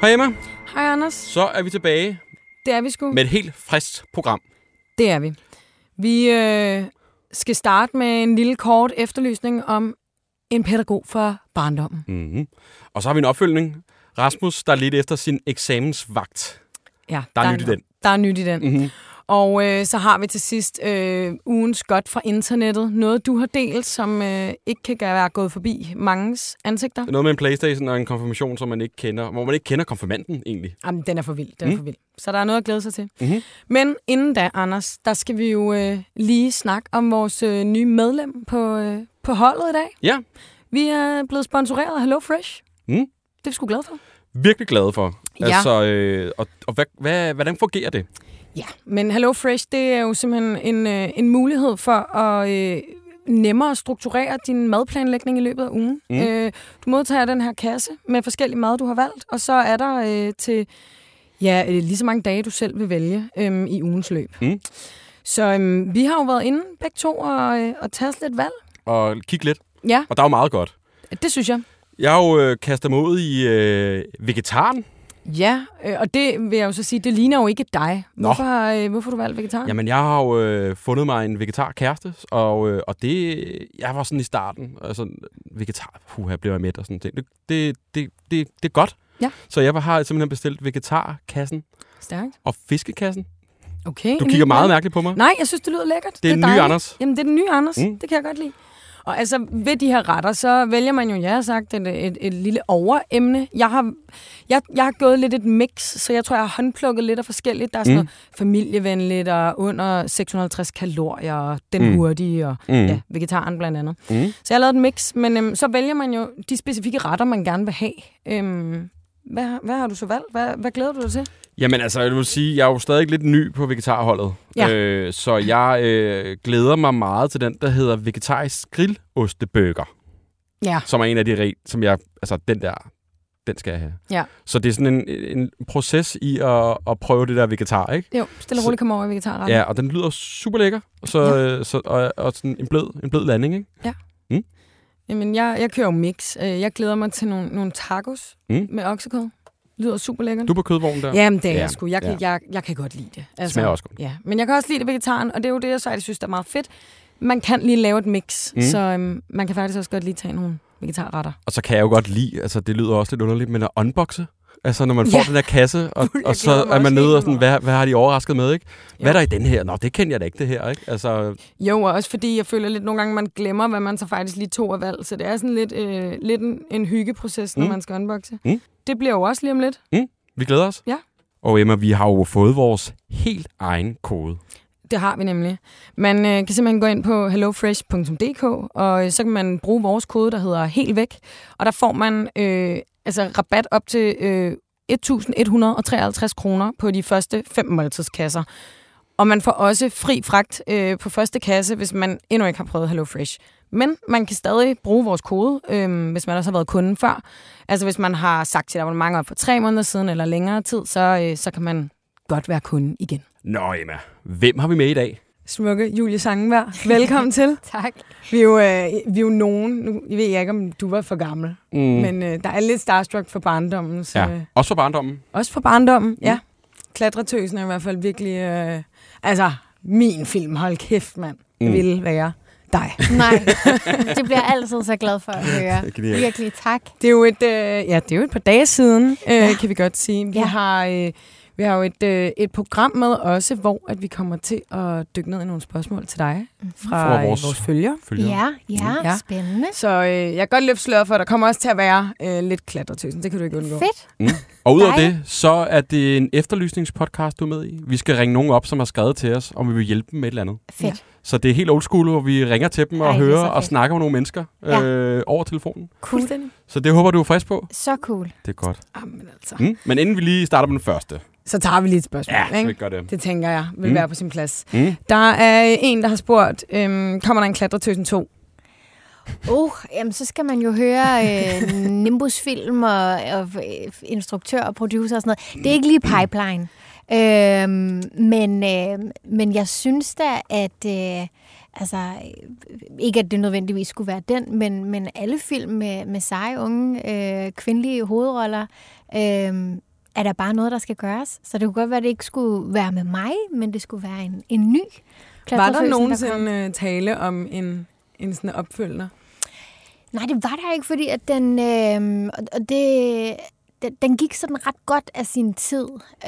Hej Emma. Hej Anders. Så er vi tilbage. Det er vi sgu. Med et helt friskt program. Det er vi. Vi skal starte med en lille kort efterlysning om en pædagog for barndommen. Mm-hmm. Og så har vi en opfølgning. Rasmus, der er lidt efter sin eksamensvagt. Ja, der er nyt i den. Der er nyt i den. Mm-hmm. Og så har vi til sidst ugens godt fra internettet. Noget, du har delt, som ikke kan være gået forbi manges ansigter. Noget med en PlayStation og en konfirmation, som man ikke kender. Hvor man ikke kender konfirmanden, egentlig. Jamen, den er for vild. Den er for vild. Så der er noget at glæde sig til. Mm-hmm. Men inden da, Anders, der skal vi jo lige snakke om vores nye medlem på holdet i dag. Ja. Vi er blevet sponsoreret af HelloFresh. Mm. Det er vi sgu glade for. Virkelig glade for. Ja. Altså, og hvordan fungerer det? Ja, men HelloFresh, det er jo simpelthen en mulighed for at nemmere strukturere din madplanlægning i løbet af ugen. Du modtager den her kasse med forskellige mad, du har valgt, og så er der til lige så mange dage, du selv vil vælge i ugens løb. Mm. Så vi har jo været inde begge to og taget lidt valg. Og kigge lidt. Ja. Og der er jo meget godt. Det synes jeg. Jeg har jo kastet mig ud i vegetaren. Ja, og det vil jeg jo så sige, det ligner jo ikke dig. Hvorfor har du valgt vegetar? Jamen, jeg har jo fundet mig en vegetarkæreste, og det, jeg var sådan i starten, altså vegetar, blev jeg mæt og sådan ting. Det er godt. Ja. Så jeg har simpelthen bestilt vegetarkassen. Stærkt. Og fiskekassen. Okay. Du kigger meget mærkeligt på mig. Nej, jeg synes, det lyder lækkert. Det er den nye Anders. Jamen, det er den nye Anders. Det kan jeg godt lide. Og altså, ved de her retter, så vælger man jo, jeg har sagt, et lille overemne. Jeg har gået lidt et mix, så jeg tror, jeg har håndplukket lidt af forskelligt. Der er sådan noget familievenligt og under 650 kalorier, og den hurtige, og vegetaren blandt andet. Så jeg har lavet et mix, men så vælger man jo de specifikke retter, man gerne vil have. Hvad har du så valgt? Hvad glæder du dig til? Jamen altså, jeg vil sige, jeg er jo stadig lidt ny på vegetarholdet. Ja. Så jeg glæder mig meget til den, der hedder vegetarisk grillostebøger. Ja. Som er en af de som jeg, altså den skal jeg have. Ja. Så det er sådan en proces i at prøve det der vegetar, ikke? Jo, stille og roligt kommer over i vegetarretten. Ja, og den lyder super lækker. Og sådan en blød landing, ikke? Ja. Jamen, jeg kører jo mix. Jeg glæder mig til nogle tacos med oksekød. Lyder super lækkert. Du er på kødvognen der? Jamen, det er jeg sgu. Jeg kan godt lide det. Altså, smager også godt. Ja. Men jeg kan også lide det vegetaren, og det er jo det, jeg synes, der er meget fedt. Man kan lige lave et mix, så man kan faktisk også godt lige tage nogle vegetarretter. Og så kan jeg jo godt lide, altså det lyder også lidt underligt, men at unboxe. Altså når man får den der kasse, og så er man nede og sådan, hvad har de overrasket med, ikke? Hvad er der i den her? Nå, det kender jeg da ikke, det her, ikke? Altså... Jo, og også fordi jeg føler lidt nogle gange, man glemmer, hvad man så faktisk lige tog af valg. Så det er sådan lidt en hyggeproces, når man skal unboxe. Det bliver jo også lige om lidt. Vi glæder os. Ja. Og Emma, vi har jo fået vores helt egen kode. Det har vi nemlig. Man kan simpelthen gå ind på hellofresh.dk, og så kan man bruge vores kode, der hedder helt væk. Og der får man rabat op til 1.153 kroner på de første 5 måltidskasser. Og man får også fri fragt på første kasse, hvis man endnu ikke har prøvet HelloFresh. Men man kan stadig bruge vores kode, hvis man også har været kunde før. Altså hvis man har sagt sit abonnement op for 3 måneder siden eller længere tid, så kan man godt være kunde igen. Nå Emma, hvem har vi med i dag? Smukke Julie Sangenberg. Velkommen til. Tak. Vi er jo nogen, nu ved jeg ikke, om du var for gammel, men der er lidt starstruck for barndommen. Så, også for barndommen? Også for barndommen, ja. Klatretøsen er i hvert fald virkelig, min film, hold kæft mand, ville være dig. Nej, det bliver jeg altid så glad for at høre. Virkelig, tak. Det er jo et par dage siden, kan vi godt sige. Vi har jo et program med også, hvor at vi kommer til at dykke ned i nogle spørgsmål til dig fra vores følgere. Ja, spændende. Så jeg kan godt løfte sløret for, at der kommer også til at være lidt klatretøsen. Det kan du ikke undgå. Fedt. Og udover det, så er det en efterlysningspodcast, du er med i. Vi skal ringe nogen op, som har skrevet til os, om vi vil hjælpe dem med et eller andet. Fedt. Så det er helt old school, hvor vi ringer til dem og hører og snakker med nogle mennesker over telefonen. Cool. Så det håber du er frisk på. Så cool. Det er godt. Jamen, altså. Men inden vi lige starter med den første. Så tager vi lige et spørgsmål. Ja, så vi gør det. Det tænker jeg vil være på sin plads. Der er en, der har spurgt, kommer der en Klatretøsen 2? Jamen, så skal man jo høre Nimbus-film og instruktør og producer og sådan noget. Det er ikke lige pipeline. Men jeg synes da, at ikke at det nødvendigvis skulle være den, men alle film med seje, unge, kvindelige hovedroller er der bare noget, der skal gøres. Så det kunne godt være, at det ikke skulle være med mig, men det skulle være en ny klatretøsen. Var der nogensinde tale om en sådan opfølgner? Nej, det var der ikke, fordi at den gik sådan ret godt af sin tid.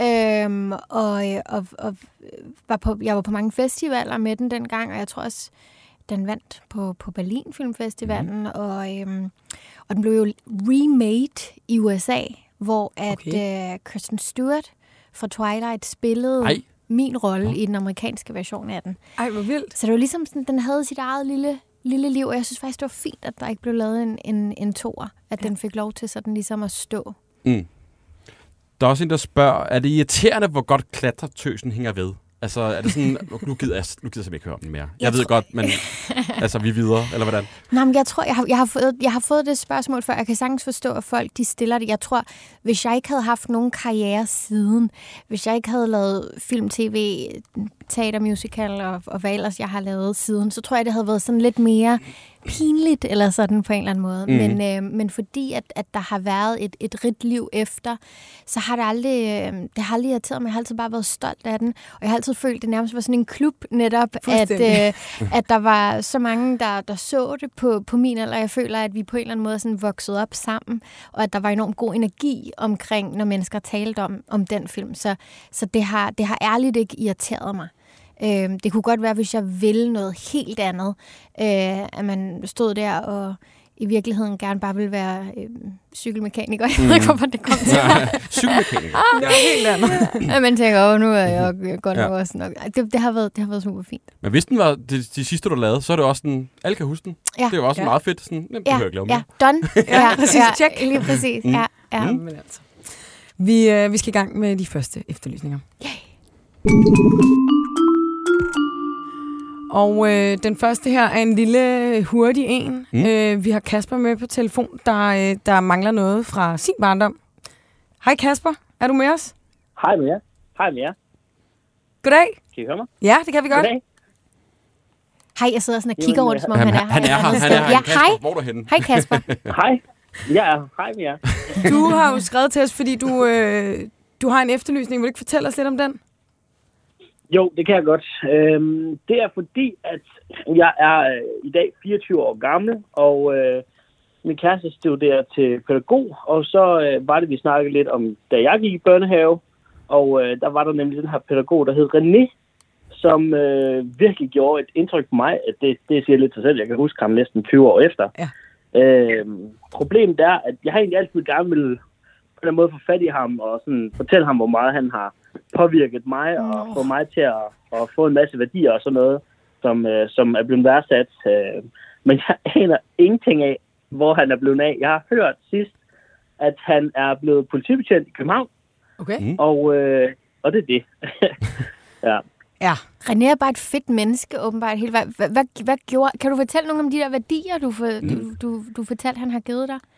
Jeg var på mange festivaler med den dengang, og jeg tror også, den vandt på Berlin Filmfestivalen, og den blev jo remade i USA, hvor Kristen Stewart fra Twilight spillede min rolle i den amerikanske version af den. Ej, hvor vildt. Så det var ligesom sådan, den havde sit eget lille liv, og jeg synes faktisk, det var fint, at der ikke blev lavet en toer, at den fik lov til sådan ligesom at stå. Mm. Der er også en, der spørger, er det irriterende, hvor godt klatretøsen hænger ved? Altså, er det sådan, nu gider jeg simpelthen ikke høre om den mere. Jeg ved godt, men altså, vi er videre, eller hvordan? Nej, men jeg tror, jeg har fået det spørgsmål før. Jeg kan sagtens forstå, at folk, de stiller det. Jeg tror, hvis jeg ikke havde haft nogen karriere siden, hvis jeg ikke havde lavet film, tv, teater, musical og hvad ellers jeg har lavet siden, så tror jeg, det havde været sådan lidt mere pinligt, eller sådan på en eller anden måde. Men fordi, at der har været et rigt liv efter, så har det har aldrig irriteret mig. Jeg har altid bare været stolt af den, og jeg har altid følt, det nærmest var sådan en klub netop, at der var så mange, der så det på min alder. Jeg føler, at vi på en eller anden måde er sådan vokset op sammen, og at der var enormt god energi omkring, når mennesker talte om den film. Så det har ærligt ikke irriteret mig. Det kunne godt være, hvis jeg ville noget helt andet, at man stod der og i virkeligheden gerne bare ville være cykelmekaniker. Jeg ved ikke, hvorfor det kom til. Cykelmekaniker? Det var helt andet. Ja, man tænker, nu er jeg godt nok også nok. Det har været super fint. Men hvis den var de sidste, du lavede, så er det også sådan, alle kan huske den. Ja. Det er jo også meget fedt. Sådan, det hører jeg ikke lave mere. Ja, done. Præcis. Check. Lige præcis. Ja. Men altså. Vi skal i gang med de første efterlysninger. Og den første her er en lille hurtig en. Vi har Kasper med på telefon, der mangler noget fra sin barndom. Hej Kasper, er du med os? Hej med jer. Goddag. Kan I høre mig? Ja, det kan vi godt. Goddag. Hej, jeg sidder sådan og kigger rundt, som om han er her. Han er her. Ja, hej. Hvor er du henne? Hej Kasper. Hej. Ja, hej med jer. Du har jo skrevet til os, fordi du har en efterlysning. Vil du ikke fortælle os lidt om den? Jo, det kan jeg godt. Det er fordi, at jeg er i dag 24 år gammel, og min kæreste studerer til pædagog, og så var det, vi snakkede lidt om, da jeg gik i børnehave, og der var der nemlig den her pædagog, der hed René, som virkelig gjorde et indtryk på mig, at det siger lidt sig selv, jeg kan huske ham næsten 20 år efter. Ja. Problemet er, at jeg har egentlig altid gerne ville på den måde få fat i ham, og sådan fortælle ham, hvor meget han har påvirket mig, og få mig til at få en masse værdier og sådan noget, som er blevet værdsat. Men jeg aner ingenting af, hvor han er blevet af. Jeg har hørt sidst, at han er blevet politibetjent i København. Okay. Og det er det. Ja. René er bare et fedt menneske, åbenbart. Hvad gjorde? Kan du fortælle nogle om de der værdier, du fortalte, han har givet dig?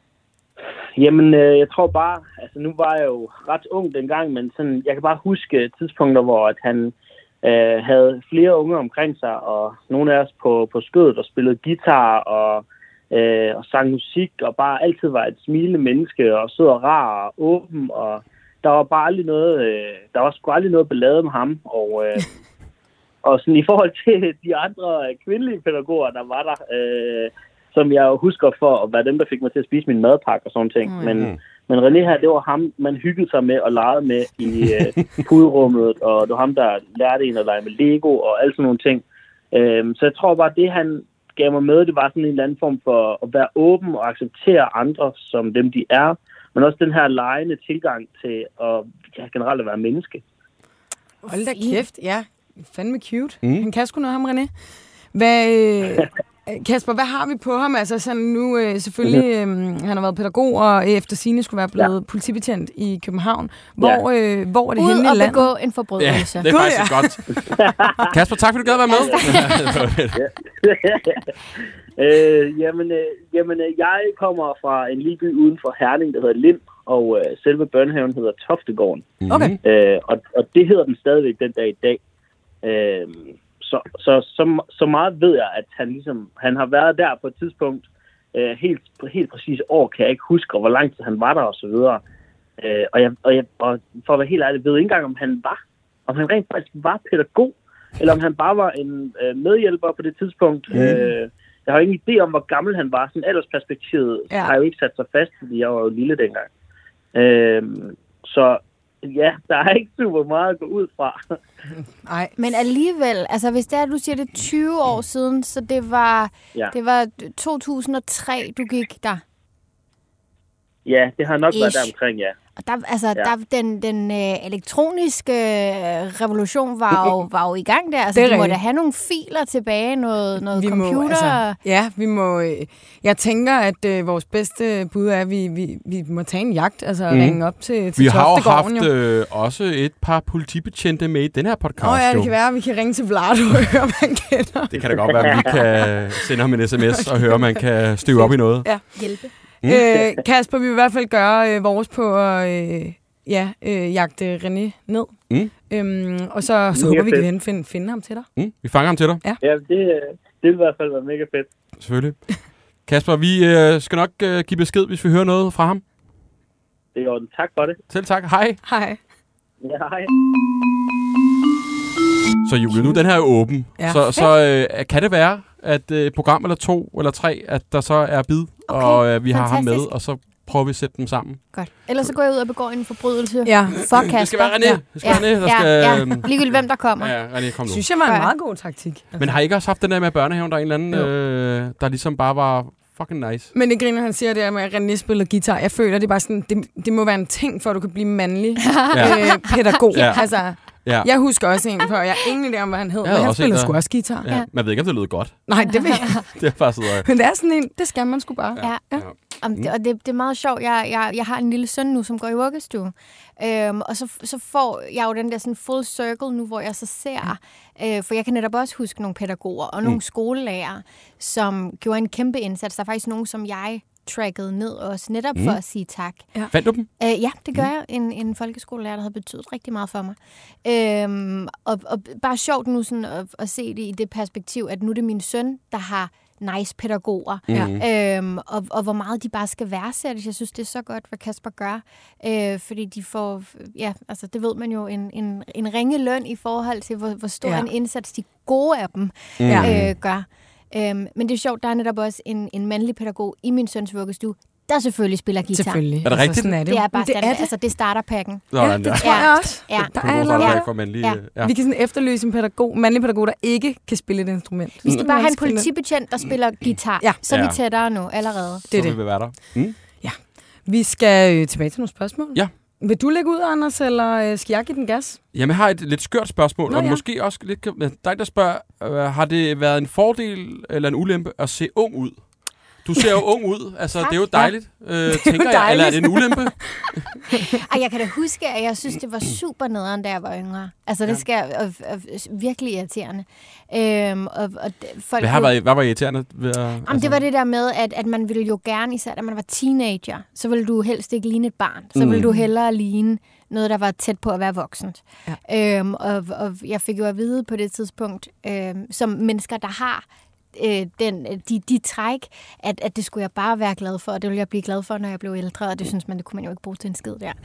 Jamen, jeg tror bare, altså nu var jeg jo ret ung dengang, men sådan, jeg kan bare huske tidspunkter, hvor at han havde flere unge omkring sig, og nogle af os på skødet og spillede guitar og sang musik, og bare altid var et smilende menneske, og sød og rar og åben, og der var bare aldrig noget, der var sgu aldrig noget ballade med ham, og sådan i forhold til de andre kvindelige pædagoger, der var der, som jeg husker for at være dem, der fik mig til at spise min madpakke og sådan ting. Men René her, det var ham, man hyggede sig med og legede med i puderummet, og det var ham, der lærte en at lege med Lego og alt sådan nogle ting. Så jeg tror bare, det han gav mig med, det var sådan en eller anden form for at være åben og acceptere andre som dem, de er, men også den her legende tilgang til at generelt at være menneske. Hold da kæft, ja. Fandme cute. Han kan sgu noget, ham René. Kasper, hvad har vi på ham? Altså sådan nu, selvfølgelig, han har været pædagog, og efter sigende skulle være blevet politibetjent i København. Hvor er det henne i landet? Ud og begå en forbrydelse. Ja, det er faktisk godt. Kasper, tak fordi du gad være med. Jamen, jeg kommer fra en lille by uden for Herning, der hedder Lind, og selve børnehaven hedder Toftegården. Okay. Og det hedder den stadigvæk den dag i dag. Så meget ved jeg, at han har været der på et tidspunkt, helt præcis år kan jeg ikke huske, og hvor lang tid han var der og så videre. Og for at være helt ærlig, ved ikke engang, om han rent faktisk var pædagog, eller om han bare var en medhjælper på det tidspunkt. Jeg har ingen idé om, hvor gammel han var. Sådan aldersperspektivet har jo ikke sat sig fast, fordi jeg var jo lille dengang. Så ja, der er ikke super meget at gå ud fra. Nej. Men alligevel, altså hvis det er, du siger det 20 år siden, så det var 2003, du gik der. Ja, det har nok været der omkring, ja. Og der, den elektroniske revolution var jo i gang der. Altså, du må da have nogle filer tilbage, noget computer. Vi må... Jeg tænker, at vores bedste bud er, at vi må tage en jagt, altså ringe op til vi har jo haft også et par politibetjente med i den her podcast. Det kan være, at vi kan ringe til Vlado og høre, om man kender. Det kan da godt være, at vi kan sende ham en sms og høre, om man kan støve op i noget. Ja, hjælpe. Kasper, vi vil i hvert fald gøre vores på at jagte René ned. Og så håber vi kan finde ham til dig. Vi fanger ham til dig. Ja, det vil i hvert fald være mega fedt. Selvfølgelig. Kasper, vi skal nok give besked, hvis vi hører noget fra ham. Det er jo tak for det. Selv tak. Hej. Hej. Ja, hej. Så Julie, nu den her er åben. Ja. Så kan det være, at et program eller 2 eller 3, at der så er bid, og vi har ham med, og så prøver vi at sætte dem sammen. Godt. Ellers så går jeg ud og begår en forbrydelse for Kasper. Det skal være René. Det skal være René, der skal... Ligegyldigt hvem der kommer. Ja, René, kom nu. Synes jeg var en meget god taktik. Altså. Men har I ikke også haft den der med børnehaven, der er en eller anden, der ligesom bare var fucking nice? Men det griner, han siger det med, at René spiller guitar. Jeg føler, det er bare sådan, det må være en ting, for at du kan blive mandlig pædagog. Altså... Ja. Jeg husker også en, for jeg har ingen idé om, hvad han hed, men han spiller sgu også guitar. Ja. Man ved ikke, om det lød godt. Nej, det ved jeg. Det er bare sådan, men det er sådan en, det skal man sgu bare. Ja. Og det er meget sjovt. Jeg har en lille søn nu, som går i vuggestue. Og så får jeg jo den der sådan full circle nu, hvor jeg så ser, for jeg kan netop også huske nogle pædagoger og nogle skolelærer, som gjorde en kæmpe indsats. Der er faktisk nogen, som jeg tracket ned også, netop for at sige tak. Ja. Fandt du dem? Ja, det gør jeg. En folkeskolelærer, der havde betydet rigtig meget for mig. Og bare sjovt nu sådan at se det i det perspektiv, at nu er det min søn, der har nice pædagoger. Og hvor meget de bare skal værdsættes. Jeg synes, det er så godt, hvad Kasper gør. Fordi de får, altså det ved man jo, en ringe løn i forhold til, hvor stor en indsats de gode af dem gør. Men det er sjovt, der er netop også en mandlig pædagog i min søns vuggestue, der selvfølgelig spiller guitar. Selvfølgelig. Er det rigtigt? Det er bare altså det starter pakken. Det tror jeg også. Ja. Der er for mandlige. Ja. Vi kan sådan efterlyse en mandlig pædagog, der ikke kan spille et instrument. Vi skal bare have en politibetjent, der spiller guitar. Så er vi tættere nu allerede. Det vil være der. Ja. Vi skal tilbage til nogle spørgsmål. Ja. Vil du lægge ud, Anders, eller skal jeg give den gas? Jamen, jeg har et lidt skørt spørgsmål, og måske også lidt... dig, der spørger, har det været en fordel eller en ulempe at se ung ud? Du ser jo ung ud, altså det er jo dejligt, tænker jeg, eller er det en ulempe? Jeg kan da huske, at jeg synes, det var super nederen, da jeg var yngre. Altså det skal virkelig irriterende. Folk hvad var irriterende? Det var det der med, at man ville jo gerne, især da man var teenager, så ville du helst ikke ligne et barn. Så ville du hellere ligne noget, der var tæt på at være voksent. Ja. Og jeg fik jo at vide på det tidspunkt, som mennesker, der har de træk, at det skulle jeg bare være glad for, og det ville jeg blive glad for, når jeg blev ældre, og det synes man, det kunne man jo ikke bruge til en skid der.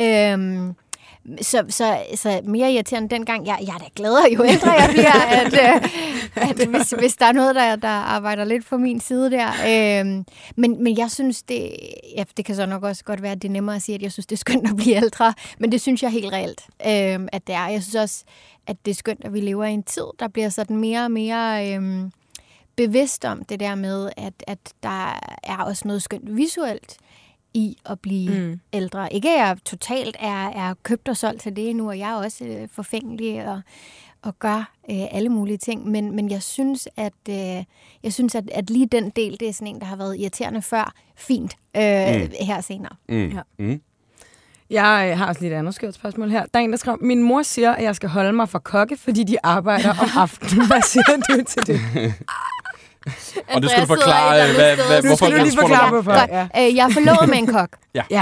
Så mere irriterende dengang, jeg er da gladere, jo ældre jeg bliver, at hvis der er noget, der arbejder lidt på min side der. Men jeg synes, det kan så nok også godt være, at det er nemmere at sige, at jeg synes, det er skønt at blive ældre, men det synes jeg helt reelt, at det er. Jeg synes også, at det er skønt, at vi lever i en tid, der bliver sådan mere og mere... bevidst om det der med, at der er også noget skønt visuelt i at blive ældre. Ikke at jeg totalt er købt og solgt til det nu, og jeg er også forfængelig og gør alle mulige ting, men jeg synes, at lige den del, det er sådan en, der har været irriterende før, fint her senere. Jeg har også lidt andet skørt spørgsmål her. Der er en, der skriver, min mor siger, at jeg skal holde mig for kokke, fordi de arbejder om aftenen. Hvad siger du til det? Og det skal du forklare, hvorfor du lige forklare, hvorfor. Jeg er forlovet med en kok. Ja.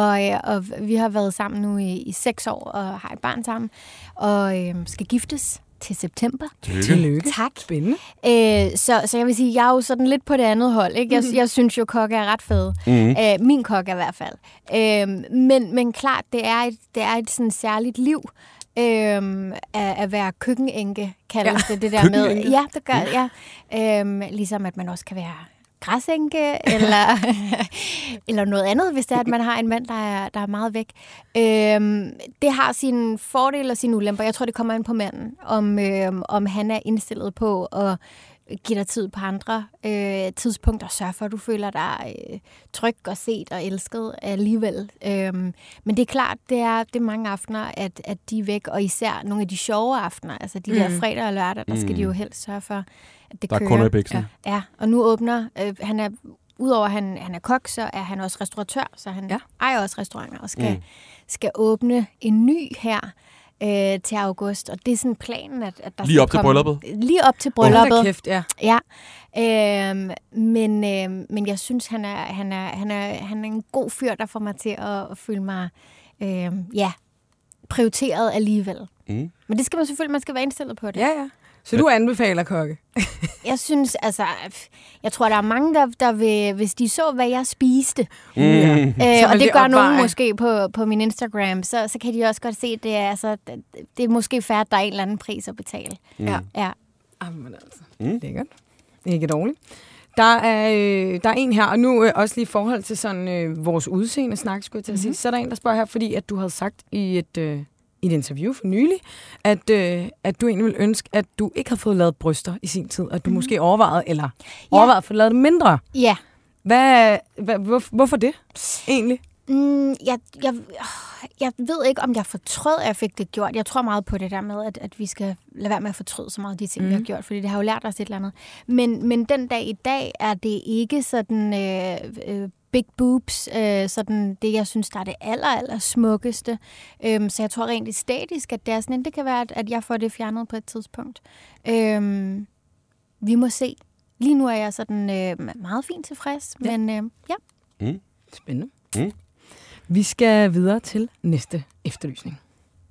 Og vi har været sammen nu i 6 år og har et barn sammen og skal giftes til september. Tillykke. Tak. Spændende. Så jeg vil sige, jeg er jo sådan lidt på det andet hold. Ikke? Jeg synes jo, kokke er ret fede. Min kok er i hvert fald. Men klart, det er et sådan særligt liv at være køkkenenke, kaldes det der med. Ja, det gør jeg. Ligesom at man også kan være græsænke, eller noget andet, hvis det er, at man har en mand, der er meget væk. Det har sine fordele og sine ulemper. Jeg tror, det kommer ind på manden, om han er indstillet på at give dig tid på andre tidspunkter, sørge for, at du føler dig tryg og set og elsket alligevel. Men det er klart, det er mange aftener, at de er væk, og især nogle af de sjove aftener, altså de der fredag og lørdag, der skal de jo helst sørge for, at det kører. Der er kunder i biksen. Ja, og nu åbner, udover at han er kok, så er han også restauratør, så han ejer også restauranter og skal åbne en ny her til august, og det er sådan planen, at der lige op til brylluppet? Lige op til brylluppet. Kæft, ja. Men jeg synes, han er en god fyr, der får mig til at føle mig prioriteret alligevel. Men det skal man skal være indstillet på det. Ja. Så du anbefaler kokke? Jeg synes, jeg tror, der er mange, der vil, hvis de så, hvad jeg spiste, og det gør nogen måske på min Instagram, så kan de også godt se, at det er måske fair, at der er en eller anden pris at betale. Ja. Jamen altså, lækkert. Ikke dårligt. Der er en her, og nu også lige i forhold til sådan vores udseende snak, skulle jeg til at sige. Så er der en, der spørger her, fordi at du havde sagt i et interview for nylig, at du egentlig ville ønske, at du ikke havde fået lavet bryster i sin tid, at du måske overvejede at få lavet det mindre. Ja. Hvorfor det egentlig? Jeg ved ikke, om jeg fortrød, at jeg fik det gjort. Jeg tror meget på det der med, at vi skal lade være med at fortryde så meget af de ting, vi har gjort, fordi det har jo lært os et eller andet. Men den dag i dag er det ikke sådan big boobs, sådan det, jeg synes, der er det aller smukkeste. Så jeg tror rent æstetisk, at det er sådan, det kan være, at jeg får det fjernet på et tidspunkt. Vi må se. Lige nu er jeg sådan meget fint tilfreds, men ja. Spændende. Vi skal videre til næste efterlysning.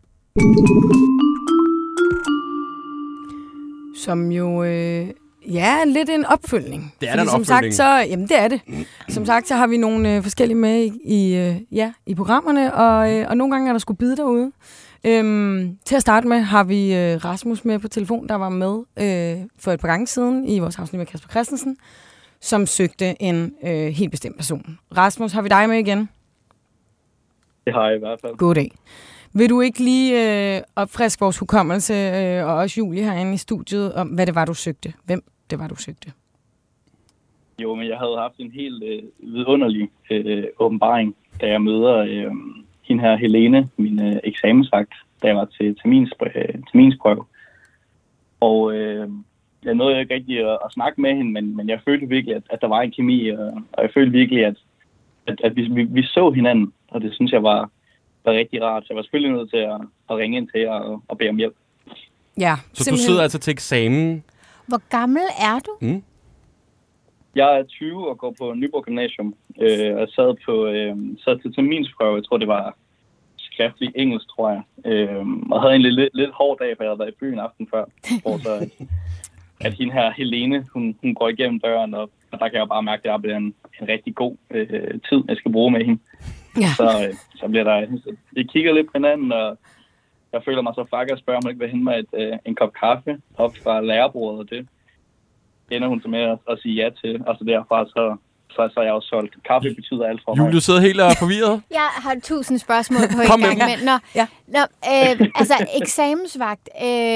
Som jo lidt en opfølgning. Det er da en som opfølgning. Sagt, jamen det er det. Som sagt, så har vi nogle forskellige med i programmerne, og nogle gange er der sgu bide derude. Til at starte med har vi Rasmus med på telefon, der var med for et par gange siden i vores afsnit med Kasper Christensen, som søgte en helt bestemt person. Rasmus, har vi dig med igen? Det har jeg i hvert fald. Goddag. Vil du ikke lige opfriske vores hukommelse, og også Julie herinde i studiet, om hvad det var, du søgte? Hvem det var, du søgte? Jo, men jeg havde haft en helt vidunderlig åbenbaring, da jeg møder hende her Helene, min eksamensvagt, da jeg var til terminsprøve. Og jeg nåede ikke rigtig at snakke med hende, men jeg følte virkelig, at der var en kemi, og jeg følte virkelig, at vi så hinanden, og det synes jeg var rigtig rart. Så jeg var selvfølgelig nødt til at ringe ind til jer og bede om hjælp. Ja, så simpelthen. Du sidder altså til eksamen? Hvor gammel er du? Jeg er 20 og går på Nyborg Gymnasium. Jeg sad til terminsprøve. Jeg tror, det var skriftlig engelsk, tror jeg. Og havde en lidt hård dag, for jeg havde været i byen aften før. Hvor så, at hende her Helene, hun går igennem døren, og der kan jeg jo bare mærke, at det bliver en rigtig god tid, jeg skal bruge med hende. Ja. Så bliver der... Vi kigger lidt på hinanden, og jeg føler mig så fuck at spørge, om jeg ikke vil hente mig en kop kaffe op fra lærerbordet, og det ender hun så med at sige ja til. Og så derfra, så er jeg også solgt. Kaffe betyder alt for mig. Julie, du sidder helt forvirret. Jeg har 1000 spørgsmål på en gang. Men eksamensvagt.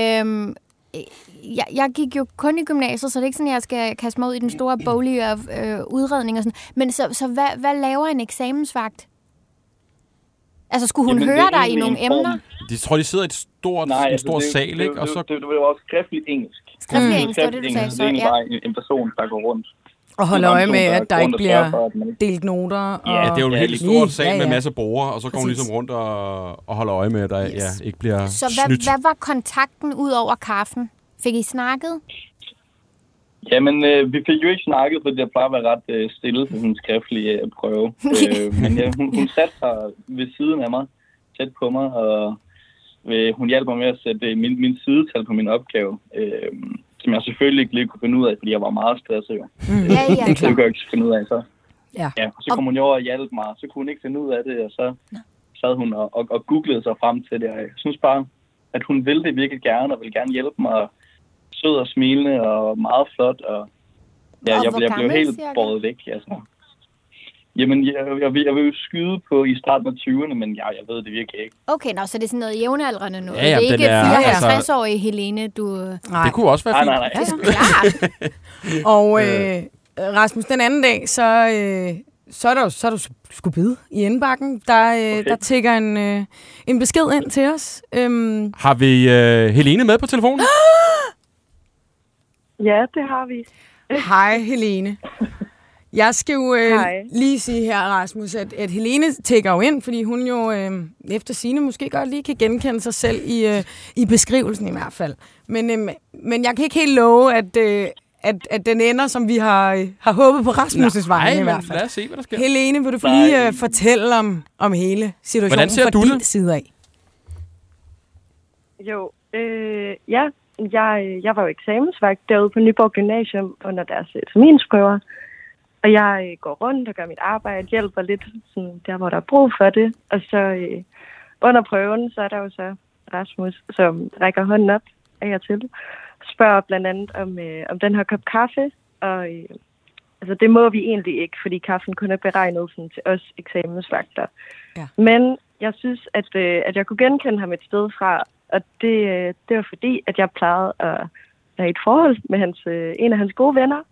Jeg gik jo kun i gymnasiet, så det er ikke sådan, at jeg skal kaste mig ud i den store boglige udredning og sådan. Men så hvad laver en eksamensvagt? Altså, skulle hun høre dig i nogle emner? Jeg tror, de sidder i en stor sal, ikke? Det var også skriftligt engelsk. Skriftligt engelsk, det var det, du sagde. Det er egentlig bare en person, der går rundt. Og holde øje med, at der ikke bliver delt noter. Ja, det er jo en helt stor sal med masser af borde, og så går hun ligesom rundt og holder øje med, at der ikke bliver så snydt. Hvad var kontakten ud over kaffen? Fik I snakket? Jamen, vi fik jo ikke snakket, fordi jeg plejer at være ret stille til en skriftlig prøve. Men hun satte sig ved siden af mig, tæt på mig, og hun hjalp mig med at sætte min sidetal på min opgave, som jeg selvfølgelig ikke lige kunne finde ud af, fordi jeg var meget stresset jo. Ja. Det kunne jeg ikke finde ud af, så. Ja. Og så kom hun jo over og hjalp mig, og så kunne hun ikke finde ud af det, og så sad hun og googlede sig frem til det, og jeg synes bare, at hun ville det virkelig gerne, og ville gerne hjælpe mig, sød og smilende, og meget flot, og jeg blev helt båret væk, altså. Jamen, jeg vil jo skyde på i starten af 20'erne, men jeg ved det virkelig ikke. Okay, så det er sådan noget jævnaldrende noget. Ja, det er ikke 54-årige altså, Helene, du... Nej. Det kunne også være fint. Nej. Ja. Og Rasmus, den anden dag, så er du sgu bide i indbakken. Der tikker en besked ind til os. Har vi Helene med på telefonen? Ja, det har vi. Hej, Helene. Jeg skal jo lige sige her, Rasmus, at Helene tækker jo ind, fordi hun jo efter sigende måske godt lige kan genkende sig selv i beskrivelsen i hvert fald. Men jeg kan ikke helt love, at den ender, som vi har håbet på Rasmus' vegne i hvert fald. Lad os se, hvad der sker. Helene, vil du lige fortælle om hele situationen? Hvordan ser du din side af? Jo, jeg var jo eksamensvagt derude på Nyborg Gymnasium under deres terminsprøver. Og jeg går rundt og gør mit arbejde, hjælper lidt sådan, der, hvor der er brug for det. Og så under prøven, så er der jo så Rasmus, som rækker hånden op af og til. Spørger blandt andet om den her kop kaffe. Og altså, det må vi egentlig ikke, fordi kaffen kun er beregnet sådan, til os eksamensvagter. Ja. Men jeg synes, at jeg kunne genkende ham et sted fra. Og det var fordi, at jeg plejede at være i et forhold med en af hans gode venner.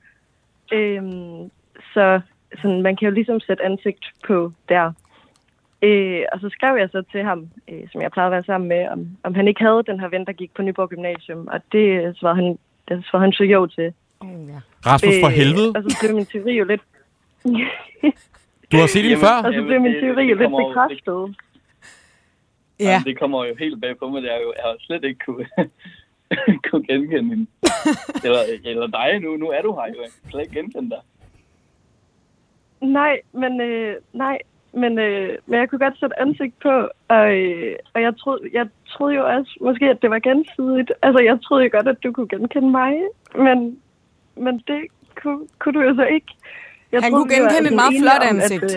Så sådan, man kan jo ligesom sætte ansigt på der. Og så skrev jeg så til ham, som jeg plejede at være sammen med, om han ikke havde den her ven, der gik på Nyborg Gymnasium. Og det svarede han så jo til. Rasmus, for helvede. Og så blev min teori jo lidt... Du har set det før? Og så blev min teori jo lidt bekræftet. Ja. Altså, det kommer jo helt bag på mig. Jeg har slet ikke kunne genkende hende. Eller dig nu. Nu er du her jo. Jeg kan slet ikke genkende dig. Nej, men jeg kunne godt sætte ansigt på, og jeg troede jo også, måske at det var gensidigt. Altså, jeg troede jo godt, at du kunne genkende mig, men det kunne du jo så ikke. Han kunne genkende et meget flot ansigt.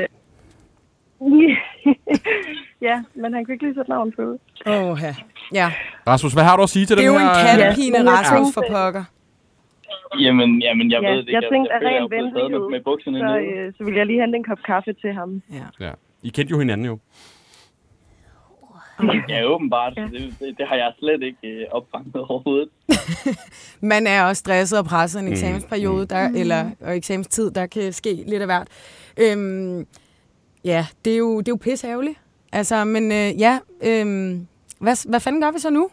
Ja, men han kunne ikke lige sætte navn på. Ja. Rasmus, hvad har du at sige til den her? Det er jo en kattepine, Rasmus, for pokker. Jamen, jeg ved det ikke. Jeg tænkte, at rent venlighed, så ville jeg lige hente en kop kaffe til ham. Ja. I kendte jo hinanden jo. Ja, åbenbart. Ja. Det har jeg slet ikke opfanget overhovedet. Man er også stresset og presset en eksamensperiode, og eksamenstid, der kan ske lidt af hvert. Ja, det er jo pisseærgerligt. Altså, men hvad fanden gør vi så nu?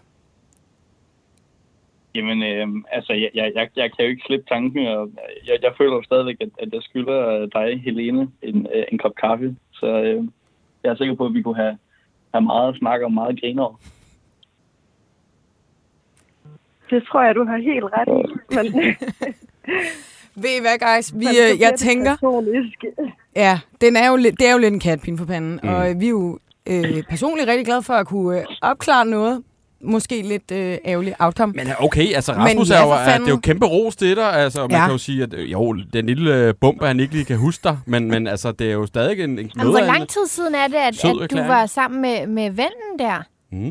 Jamen, altså, jeg kan jo ikke slippe tanken, og jeg føler jo stadigvæk, at jeg skylder dig, Helene, en kop kaffe. Så jeg er sikker på, at vi kunne have meget at snakke om, meget griner over. Det tror jeg, du har helt ret i. Men... Ved I hvad, guys? Jeg tænker... Ja, det er jo lidt en katpine for panden, og vi er jo personligt rigtig glade for at kunne opklare noget. Måske lidt ærgerlig outcome. Men okay, altså Rasmus det er jo kæmpe ros til dig. Altså, man kan jo sige, at den lille bumper, han ikke lige kan huske dig, men altså, det er jo stadig en noget. Hvor lang tid siden er det, at du var sammen med vennen der?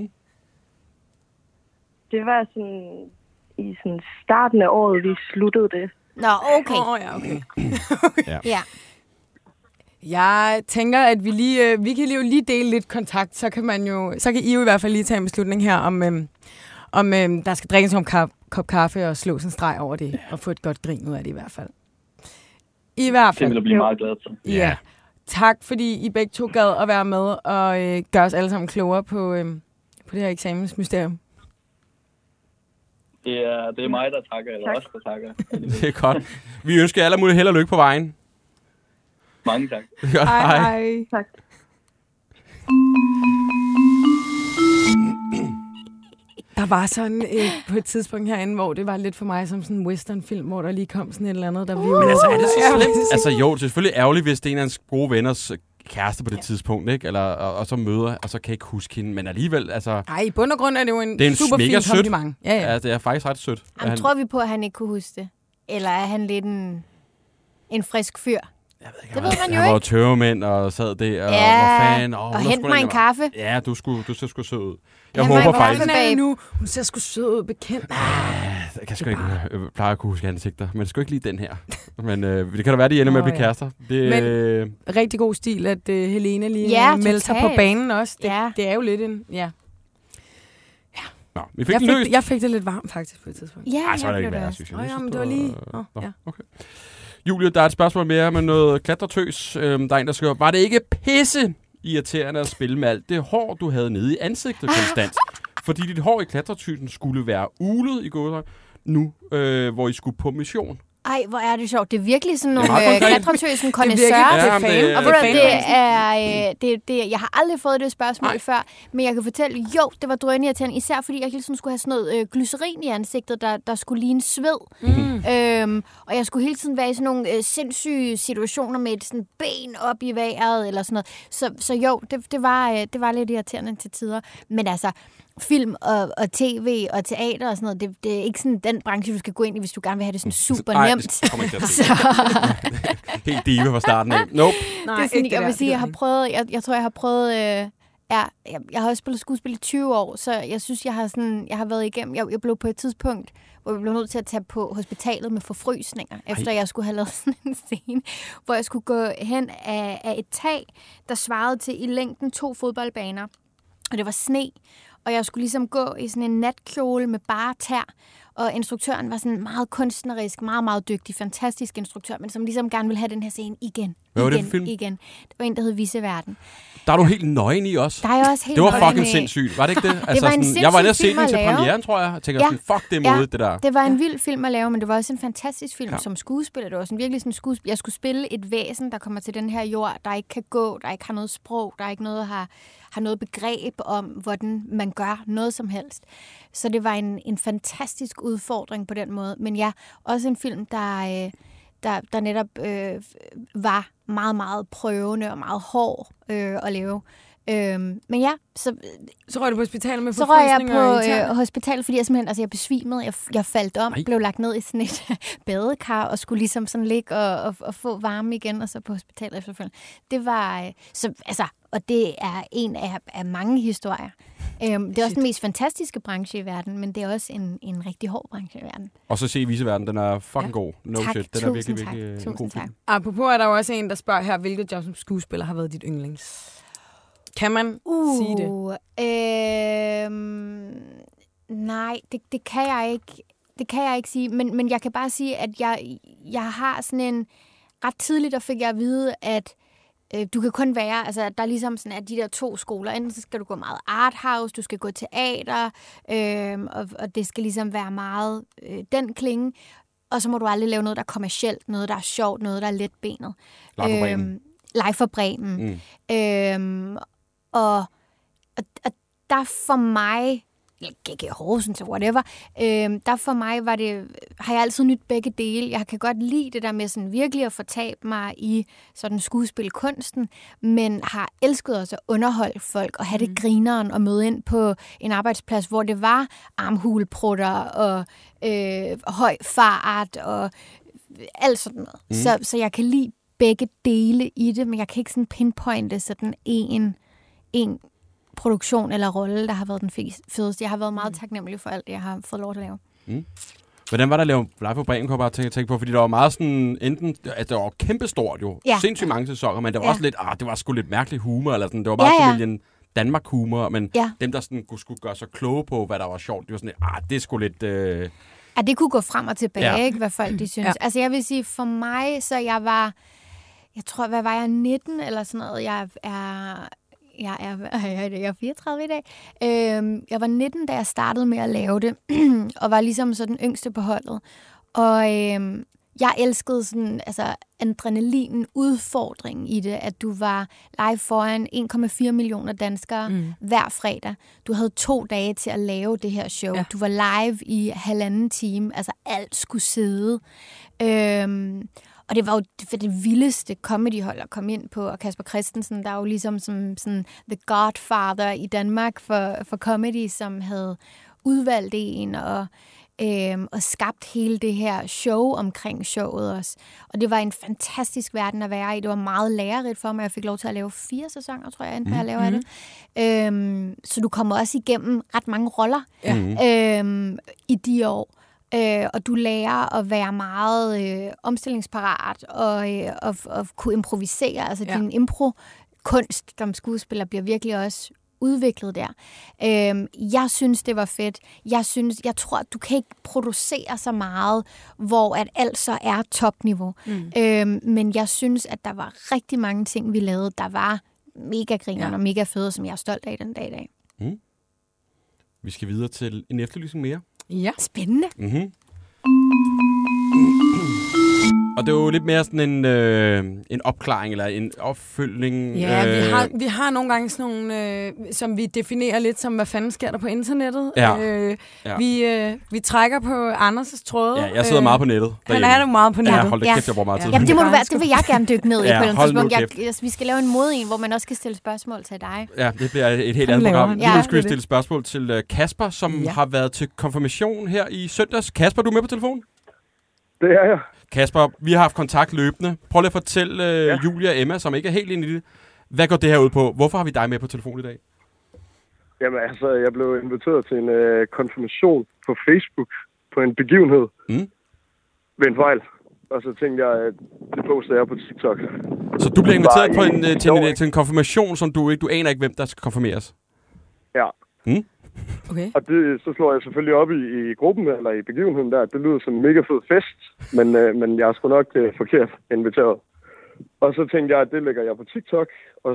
Det var sådan i sådan starten af året, vi sluttede det. Nå, okay. Okay. Ja. Jeg tænker, at vi kan jo lige dele lidt kontakt, så kan I jo i hvert fald lige tage en beslutning her, om der skal drikkes en kop kaffe og slå sådan en streg over det, og få et godt grin ud af det i hvert fald. I hvert fald. Det vil jeg blive meget glad for. Ja. Tak, fordi I begge to gad at være med og gøre os alle sammen klogere på det her eksamensmysterium. Det er mig, der takker, eller også der takker. Det er godt. Vi ønsker alle mulige held og lykke på vejen. Mange tak. Hej. Tak. Der var sådan på et tidspunkt herinde, hvor det var lidt for mig som sådan en westernfilm, hvor der lige kom sådan et eller andet, der vi... Men altså, er det så slemt? Altså jo, det er selvfølgelig ærgerligt, hvis det er en af hans gode venners kæreste på det tidspunkt, ikke? Eller, og så møder, og så kan jeg ikke huske hende, men alligevel, altså... Nej, i bund og grund er det jo en super fin kompliment. Ja, det er faktisk ret sødt. Jamen, tror vi på, at han ikke kunne huske det? Eller er han lidt en frisk fyr? Jeg ved ikke, det ved man jo han var jo tørremænd og sad der, og hvor fanden... Og hent mig en kaffe. Ja, du ser sgu sød ud. Jeg håber faktisk... Hun ser sgu sød ud, bekendt. Jeg kan sgu ikke pleje at kunne huske ansigter, men det skal ikke lige den her. Men det kan da være, de ender med at blive kærester. Men rigtig god stil, at Helena lige melder sig på banen også. Det er jo lidt en... Ja. Nå, vi fik den løst. Jeg fik det lidt varmt faktisk på et tidspunkt. Ja, så er det ikke værd, synes jeg. Men det var lige... Okay. Julie, der er et spørgsmål mere med noget klatretøs. Der er en, der skriver, var det ikke pisse irriterende at spille med alt det hår, du havde nede i ansigtet konstant? Fordi dit hår i klatretøsen skulle være ulet i gåsøjne nu, hvor I skulle på mission. Ej, hvor er det sjovt. Det er virkelig sådan nogle klatretøsen kondensør. Jeg har aldrig fået det spørgsmål før, men jeg kan fortælle, jo, det var drønirriterende, især fordi jeg hele tiden skulle have sådan noget glycerin i ansigtet, der skulle ligne sved. Og jeg skulle hele tiden være i sådan nogle sindssyge situationer med et sådan ben op i vejret, eller sådan noget. Så jo, det var lidt irriterende til tider. Men altså, film og tv og teater og sådan noget, det er ikke sådan den branche, du skal gå ind i, hvis du gerne vil have det sådan super nemt. Det kommer ikke til at se. Helt diva fra starten af. Nope. Nej, det er sådan, jeg vil sige, jeg har prøvet, jeg har også spillet skuespil i 20 år, så jeg synes, jeg har været igennem, jeg blev på et tidspunkt, hvor jeg blev nødt til at tage på hospitalet med forfrysninger, efter jeg skulle have lavet sådan en scene, hvor jeg skulle gå hen af et tag, der svarede til i længden 2 fodboldbaner, og det var sne, og jeg skulle ligesom gå i sådan en natkjole med bare tær, og instruktøren var sådan meget kunstnerisk, meget, meget dygtig, fantastisk instruktør, men som ligesom gerne ville have den her scene igen. Hvad var det for film? Igen. Det var en, der hed Viseverden. Der er du helt nøgen i også. Der er jeg også helt det var fucking sindssygt, var det ikke det? Altså, det var en sådan, jeg var inde og se den til premieren, tror jeg. Jeg tænker sådan, fuck det måde, det der. Det var en vild film at lave, men det var også en fantastisk film som skuespiller. Det var sådan virkelig sådan skuespil. Jeg skulle spille et væsen, der kommer til den her jord, der ikke kan gå, der ikke har noget sprog, der ikke noget har noget begreb om, hvordan man gør noget som helst. Så det var en fantastisk udfordring på den måde. Men ja, også en film, der netop var meget, meget prøvende og meget hård at lave. Men ja, så røg du på hospitalet med forfrysninger? Så røg jeg på hospitalet, fordi jeg besvimede. Jeg faldt om, blev lagt ned i sådan et badekar og skulle ligesom sådan ligge og få varme igen, og så på hospitalet efterfølgende. Det var og det er en af mange historier. Det er også den mest fantastiske branche i verden, men det er også en rigtig hård branche i verden. Og så se Viseverden, den er fucking god. No tak, shit. Den er virkelig, virkelig en god film. Apropos er der jo også en, der spørger her, hvilket job som skuespiller har været dit yndlings? Kan man sige det? Nej, det kan jeg ikke. Det kan jeg ikke sige, men jeg kan bare sige, at jeg har sådan en... Ret tidligt, der fik jeg at vide, at du kan kun være... Altså, der er ligesom sådan, at de der 2 skoler. Enten så skal du gå meget arthouse, du skal gå teater, og det skal ligesom være meget den klinge. Og så må du aldrig lave noget, der er kommercielt, noget, der er sjovt, noget, der er letbenet. Live for Bremen. Og der for mig, GG Horsens og whatever, der for mig har jeg altid nydt begge dele. Jeg kan godt lide det der med sådan virkelig at fortabe mig i sådan skuespilkunsten, men har elsket også at underholde folk og have det grineren og møde ind på en arbejdsplads, hvor det var armhuleprutter og høj fart og alt sådan noget. Så jeg kan lide begge dele i det, men jeg kan ikke sådan pinpointe sådan en produktion eller rolle, der har været den fedeste. Jeg har været meget taknemmelig for alt, jeg har fået lov til at lave. Hvordan var der at lave Live for Bremen, kunne jeg bare tænke på, fordi der var meget sådan, enten, at det var kæmpestort jo, sindssygt mange sæsoner, men det var også lidt, det var sgu lidt mærkelig humor, eller sådan, det var bare familien Danmark-humor, men dem, der sådan skulle gøre sig kloge på, hvad der var sjovt, det var sådan lidt, det er sgu lidt... det kunne gå frem og tilbage, ikke, hvad folk de synes. Ja. Altså jeg vil sige, for mig, så jeg tror, hvad var jeg, 19 eller sådan noget, jeg er 34 i dag. Jeg var 19, da jeg startede med at lave det, og var ligesom så den yngste på holdet. Og jeg elskede sådan, altså adrenalinen, udfordringen i det, at du var live foran 1,4 millioner danskere hver fredag. Du havde 2 dage til at lave det her show. Ja. Du var live i 1,5 time. Altså alt skulle sidde. Og det var jo det vildeste comedyhold at komme ind på, og Kasper Christensen, der er jo ligesom som sådan the godfather i Danmark for comedy, som havde udvalgt en og skabt hele det her show omkring showet også. Og det var en fantastisk verden at være i. Det var meget lærerigt for mig. Jeg fik lov til at lave 4 sæsoner, tror jeg, endte med at lave af det. Så du kommer også igennem ret mange roller i de år. Og du lærer at være meget omstillingsparat og kunne improvisere. Altså din impro-kunst som skuespiller bliver virkelig også udviklet der. Jeg synes, det var fedt. Jeg tror, du kan ikke producere så meget, hvor at alt så er topniveau. Men jeg synes, at der var rigtig mange ting, vi lavede, der var mega grinerne og mega fede, som jeg er stolt af den dag i dag. Vi skal videre til en efterlysning mere. Ja. Spændende. Og det er jo lidt mere sådan en opklaring, eller en opfølgning. Ja, vi har nogle gange sådan nogle, som vi definerer lidt som, hvad fanden sker der på internettet. Vi trækker på Anders' tråde. Ja, jeg sidder meget på nettet. Han er jo meget på nettet. Ja, hold da kæft, jeg bruger meget tid. Jamen, det vil jeg gerne dykke ned i på et tidspunkt. Vi skal lave en mode hvor man også kan stille spørgsmål til dig. Ja, det bliver et helt andet program. Nu skal vi stille spørgsmål til Kasper, som har været til konfirmation her i søndags. Kasper, du er med på telefonen? Det er jeg. Kasper, vi har haft kontakt løbende. Prøv lige at fortælle Julia og Emma, som ikke er helt inde i det. Hvad går det her ud på? Hvorfor har vi dig med på telefon i dag? Jamen altså, jeg blev inviteret til en konfirmation på Facebook på en begivenhed ved en fejl. Og så tænkte jeg, at det postede jeg på TikTok. Så du bliver inviteret til en konfirmation, som du aner ikke, hvem der skal konfirmeres? Ja. Okay. Og det, så slår jeg selvfølgelig op i gruppen, eller i begivenheden der. Det lyder som en mega fed fest, men jeg er sgu nok forkert inviteret. Og så tænkte jeg, at det lægger jeg på TikTok, og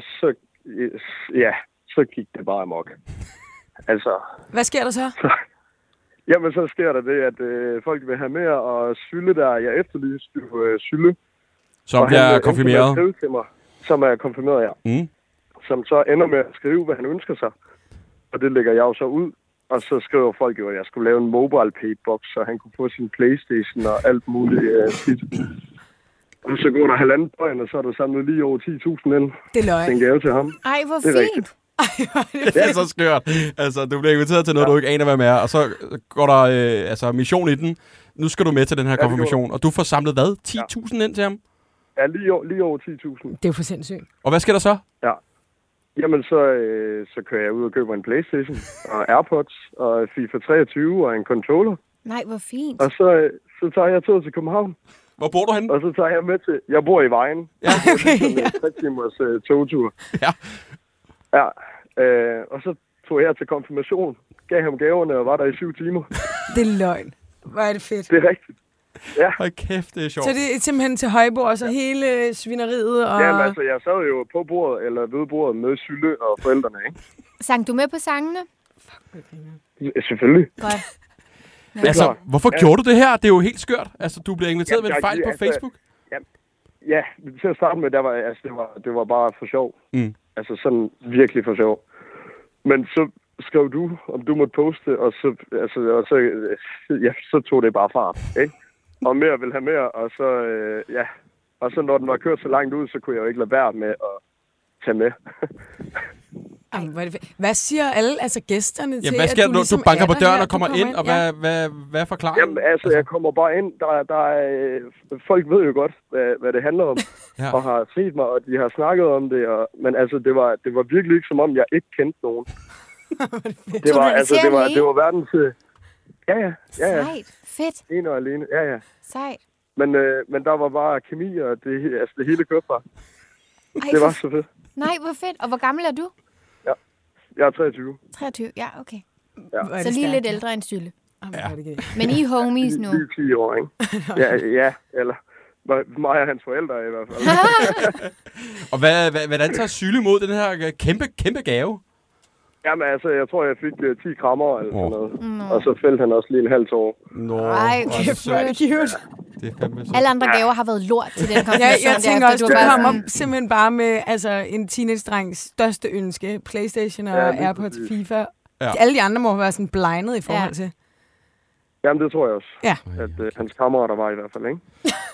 så gik det bare amok. Altså... Hvad sker der så? Jamen, så sker der det, at folk vil have mere, og Sylle der, jeg efterlyste Sylle. Som bliver konfirmeret? Som er konfirmeret, ja. Som så ender med at skrive, hvad han ønsker sig. Og det lægger jeg jo så ud, og så skriver folk jo, at jeg skulle lave en mobile pay-box, så han kunne få sin PlayStation og alt muligt skidt. Og så går der 1,5 døgn, og så er der samlet lige over 10.000 ind. Det er løgn. Den gave til ham. Ej, hvor det er fint. Det er så skørt. Altså, du bliver inviteret til noget, du ikke aner, hvad med er, og så går der mission i den. Nu skal du med til den her konfirmation, og du får samlet hvad? 10.000 ind til ham? Ja, lige over 10.000. Det er jo for sindssygt. Og hvad sker der så? Ja. Jamen, så kører jeg ud og køber en PlayStation, og AirPods, og FIFA 23, og en controller. Nej, hvor fint. Og så tager jeg toget til København. Hvor bor du henne? Og så tager jeg med til... Jeg bor i Vejen. Ja, okay. Det er en 3 timers togtur. Ja. Ja, og så tog jeg til konfirmation, gav ham gaverne og var der i 7 timer. Det er løgn. Hvor er det fedt. Det er rigtigt. Ja. Hold kæft, det er sjovt. Så det er simpelthen til højbord, så hele svineriet og... Jamen altså, jeg sad jo på bordet, eller ved bordet med Sylle og forældrene, ikke? Sang du med på sangene? Selvfølgelig. Godt. Altså, hvorfor gjorde du det her? Det er jo helt skørt. Altså, du bliver inviteret ved en fejl på Facebook. Ja, til at starte med, det var bare for sjov. Altså sådan virkelig for sjov. Men så skrev du, om du måtte poste, og så tog det bare fart, ikke? Og mere vil have mere, og så, og så når den var kørt så langt ud, så kunne jeg jo ikke lade være med at tage med. Hvad siger alle gæsterne til, hvad sker at du ligesom du banker på døren og kommer ind, og hvad er forklaringen? Jamen altså, jeg kommer bare ind, der er, folk ved jo godt, hvad det handler om, og har set mig, og de har snakket om det, men altså, det var virkelig ikke som om, jeg ikke kendte nogen. det var verdens... Ja. Sejt. Fedt. En og alene, ja. Sejt. Men der var bare kemi, og det hele kørte bare. Det var så fedt. Nej, hvor fedt. Og hvor gammel er du? Ja, jeg er 23. 23, ja, okay. Ja. Så lige lidt ældre end Sylle. Ja. Men I er homies nu. Lige 10 år, ikke? Ja, eller mig og hans forældre i hvert fald. Og hvordan tager Sylle mod den her kæmpe gave? Jamen altså, jeg tror, jeg fik 10 krammer eller sådan noget. Og så fældte han også lige en halv tår. Ej, kæft, hvor er det cute. Det er fandme så. Alle andre gaver har været lort til den konfirmation. Jeg tænker også, du kommer simpelthen bare med en teenage-drengs største ønske. PlayStation og AirPods, FIFA. Ja. Alle de andre må have været sådan blindet i forhold til. Jamen, det tror jeg også. Ja. At hans kammerater var i hvert fald, ikke?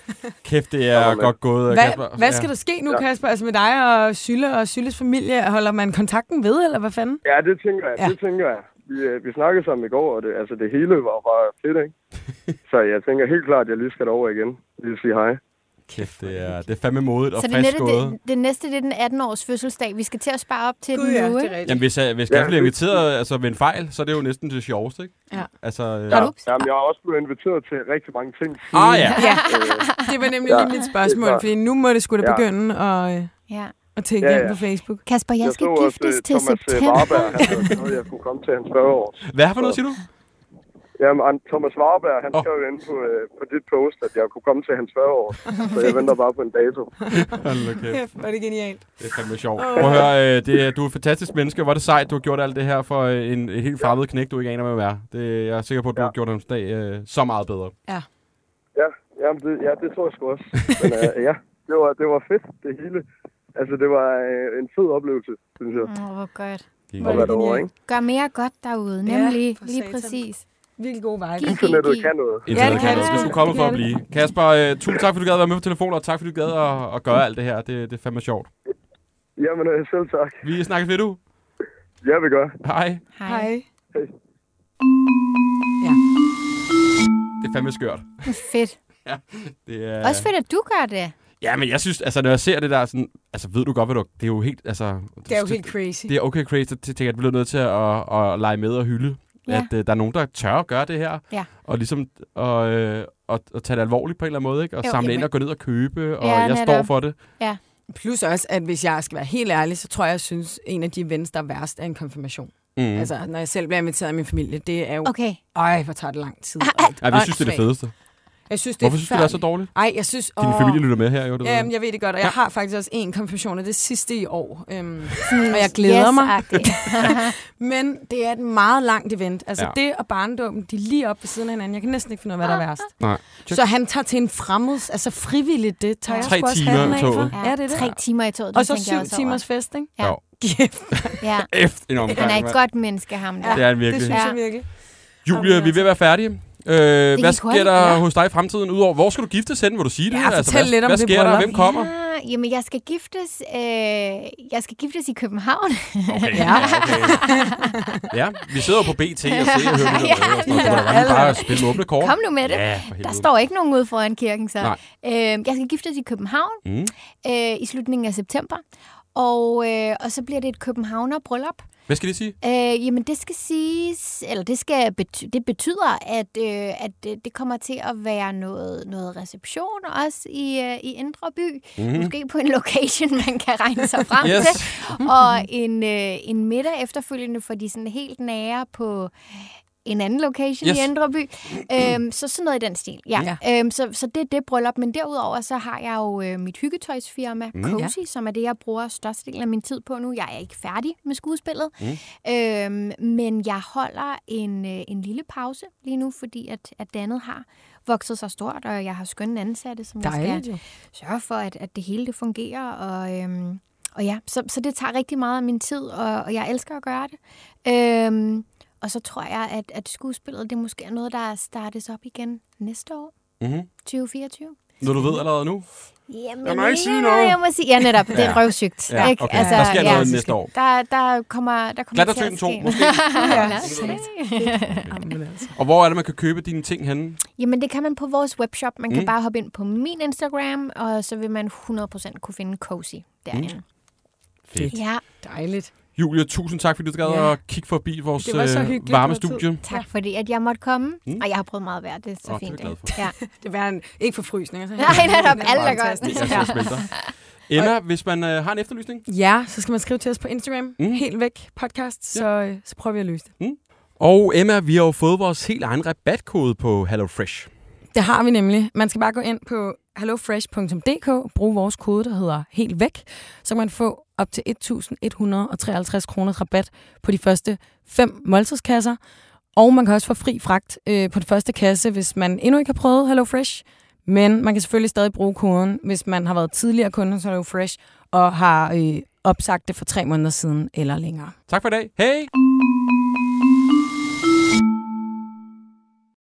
Kæft, det er godt gået, Kasper. Hvad skal der ske nu, Kasper? Altså med dig og Sylle og Sylles familie, holder man kontakten ved, eller hvad fanden? Ja, det tænker jeg. Vi snakkede sammen i går, og det hele var bare fedt, ikke? Så jeg tænker helt klart, at jeg lige skal derover igen. Lige sige hej. Kæft, det er fandme modigt og så frisk gået. Det næste, det er den 18-års fødselsdag. Vi skal til at spare op til den nu, ikke? Jamen, hvis jeg bliver inviteret ved en fejl, så er det jo næsten det sjoveste, ikke? Ja. Altså, Jamen, jeg har også blevet inviteret til rigtig mange ting. Ja. Det var nemlig lige mit spørgsmål, fordi nu må det sgu da begynde at tænke ind på Facebook. Kasper, jeg skal giftes til september. Warberg, han havde skrevet, jeg kunne komme til hans 40 år. Hvad for noget, siger du? Jamen, Thomas Warberg, han skrev inde på dit post, at jeg kunne komme til hans 40 år. Så jeg venter bare på en dato. Okay. Var det genialt. Det er fandme sjovt. Prøv at høre, du er et fantastisk menneske. Hvor er det sejt, du har gjort alt det her for et helt fremmed knæk, du ikke aner, hvad det er. Jeg er sikker på, at du har gjort hans dag så meget bedre. Ja. Det tror jeg sgu også. Men det var fedt, det hele. Altså, det var en fed oplevelse, synes jeg. Hvor godt. Gør mere godt derude, nemlig lige præcis. Virkelig god vej. Internettet kan noget. Internettet kan noget. Det skulle komme for at blive. Kasper, tusind tak, fordi du gad at være med på telefonen, og tak, fordi du gad at gøre alt det her. Det er fandme sjovt. Jamen, selv tak. Vi snakkes ved, du. Ja, vi gør. Hej. Hej. Ja. Det er fandme skørt. Fedt. Ja, det er... Også fedt, at du gør det. Ja, men jeg synes, altså når jeg ser det der, sådan, altså ved du godt, hvad det er jo helt, altså... Det er jo helt crazy. Det er okay crazy, at jeg bliver nødt til at lege med og hylde. Ja. At der er nogen, der tør at gøre det her. Ja. Og ligesom at tage det alvorligt på en eller anden måde, ikke? Og samle ind og gå ned og købe, og jeg står for det. Ja. Plus også, at hvis jeg skal være helt ærlig, så tror jeg synes, en af de events, der er værst, er en konfirmation. Altså, når jeg selv bliver inviteret af min familie, det er jo... Okay. Hvor tager det lang tid. Ja, vi synes, det er det fedeste. Jeg synes, hvorfor synes du, det er så dårligt? Ej, jeg synes... Din familie lytter med her, jo. Jeg ved det godt, og jeg har faktisk også en konfirmation, og det sidste i år. Og jeg glæder mig. Men det er et meget langt event. Altså det og barndåben, de er lige op ved siden af hinanden. Jeg kan næsten ikke finde ud af, hvad der er værst. Nej. Så han tager til en fremmed, altså frivilligt, det tager jeg 3 timer i toget. Ja, det er det. 3 timer i toget, og så 7 timers fest, ikke? Ja. En er et godt menneske, ham der. Det er virkelig. Det synes jeg virkelig. Julie, vi er ved at være færdige. Hvad sker der hos dig i fremtiden? Udover, hvor skal du giftes hen? Vil du sige det? Ja, fortæl lidt om hvad det. Hvad sker der? Hvem kommer? Jamen, jeg skal giftes i København. Okay. Ja, vi sidder jo på BT og ser og hører lidt og sådan noget. Du kan bare spille med åbne kort. Kom nu med det. Ja, der står ikke nogen ude foran kirken, så. Jeg skal giftes i København i slutningen af september. Og så bliver det et københavner-bryllup. Hvad skal det sige? Jamen, det skal siges, eller det betyder, at det kommer til at være noget reception også i Indre By. Måske på en location, man kan regne sig frem til. Og en middag efterfølgende for de sådan helt nære på en anden location i Indre By. Så sådan noget i den stil. Ja. Så det er det bryllup. Men derudover så har jeg jo mit hyggetøjsfirma, Cozy, som er det, jeg bruger størstedelen af min tid på nu. Jeg er ikke færdig med skuespillet. Men jeg holder en lille pause lige nu, fordi at det andet har vokset sig stort, og jeg har skønne ansatte, som jeg skal sørge for, at det hele det fungerer. Og ja, så det tager rigtig meget af min tid, og jeg elsker at gøre det. Og så tror jeg, at skuespillet, det måske er noget, der startes op igen næste år, 2024. Når du ved allerede nu? Jamen, jeg må ikke sige noget. Jeg må sige, ja, netop. Det er røvsygt. Ja, ikke? Okay. Altså, der sker noget næste år. Der kommer Glattertøen 2, måske. Og hvor er det, man kan købe dine ting henne? Jamen, det kan man på vores webshop. Man kan bare hoppe ind på min Instagram, og så vil man 100% kunne finde Cozy derinde. Fedt. Ja. Dejligt. Julia, tusind tak, fordi du gad at kigge forbi vores varme studie. Tak fordi, at jeg måtte komme. Og jeg har prøvet meget at være det. Så fint. Det var ikke forfrysninger. Nej, netop. Alt er godt. Det er så smelter. Emma, hvis man har en efterlysning? Ja, så skal man skrive til os på Instagram. Helt væk podcast, så prøver vi at løse det. Og Emma, vi har jo fået vores helt egen rabatkode på HelloFresh. Det har vi nemlig. Man skal bare gå ind på hellofresh.dk, bruge vores kode, der hedder helt væk, så kan man få op til 1.153 kroners rabat på de første 5 måltidskasser. Og man kan også få fri fragt på den første kasse, hvis man endnu ikke har prøvet HelloFresh. Men man kan selvfølgelig stadig bruge koden, hvis man har været tidligere kunde hos HelloFresh og har opsagt det for 3 måneder siden eller længere. Tak for i dag. Hej!